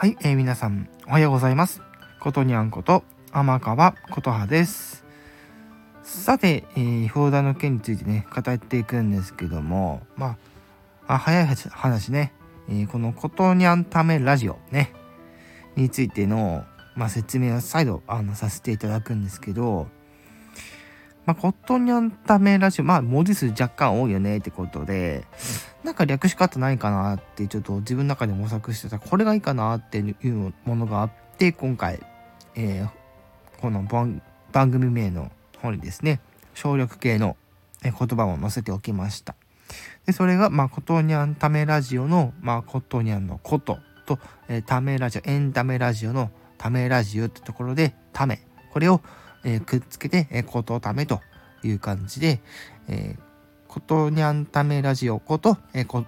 はい、皆さんおはようございます。ことにゃんこと天川琴葉です。さて、フォーダの件についてね語っていくんですけども、早い話ね、このことにゃんためラジオねについての、説明を再度させていただくんですけど、ことにゃんためラジオ、文字数若干多いよねってことで、なんか略し方ないかなってちょっと自分の中で模索してた、これがいいかなっていうものがあって、今回、この番組名の方にですね、省略系の言葉を載せておきました。で、それが、ことにゃんためラジオの、ことにゃんのことと、ためラジオ、エンタメラジオのためラジオってところで、ため、これを、くっつけて、ことためという感じで、ことにゃんためラジオこと、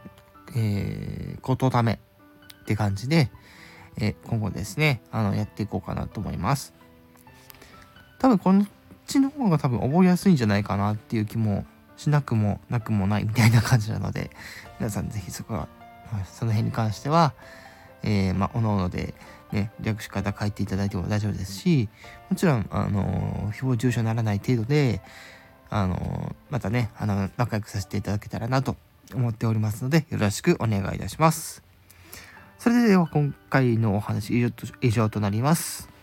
ことためって感じで、今後ですね、やっていこうかなと思います。多分こっちの方が覚えやすいんじゃないかなっていう気もしなくもなくもないみたいな感じなので、皆さんぜひその辺に関しては、おのおのでね、略し方書いていただいても大丈夫ですし、もちろん、誹謗中傷にならない程度で、またね、仲良くさせていただけたらなと思っておりますので、よろしくお願いいたします。それでは今回のお話以上となります。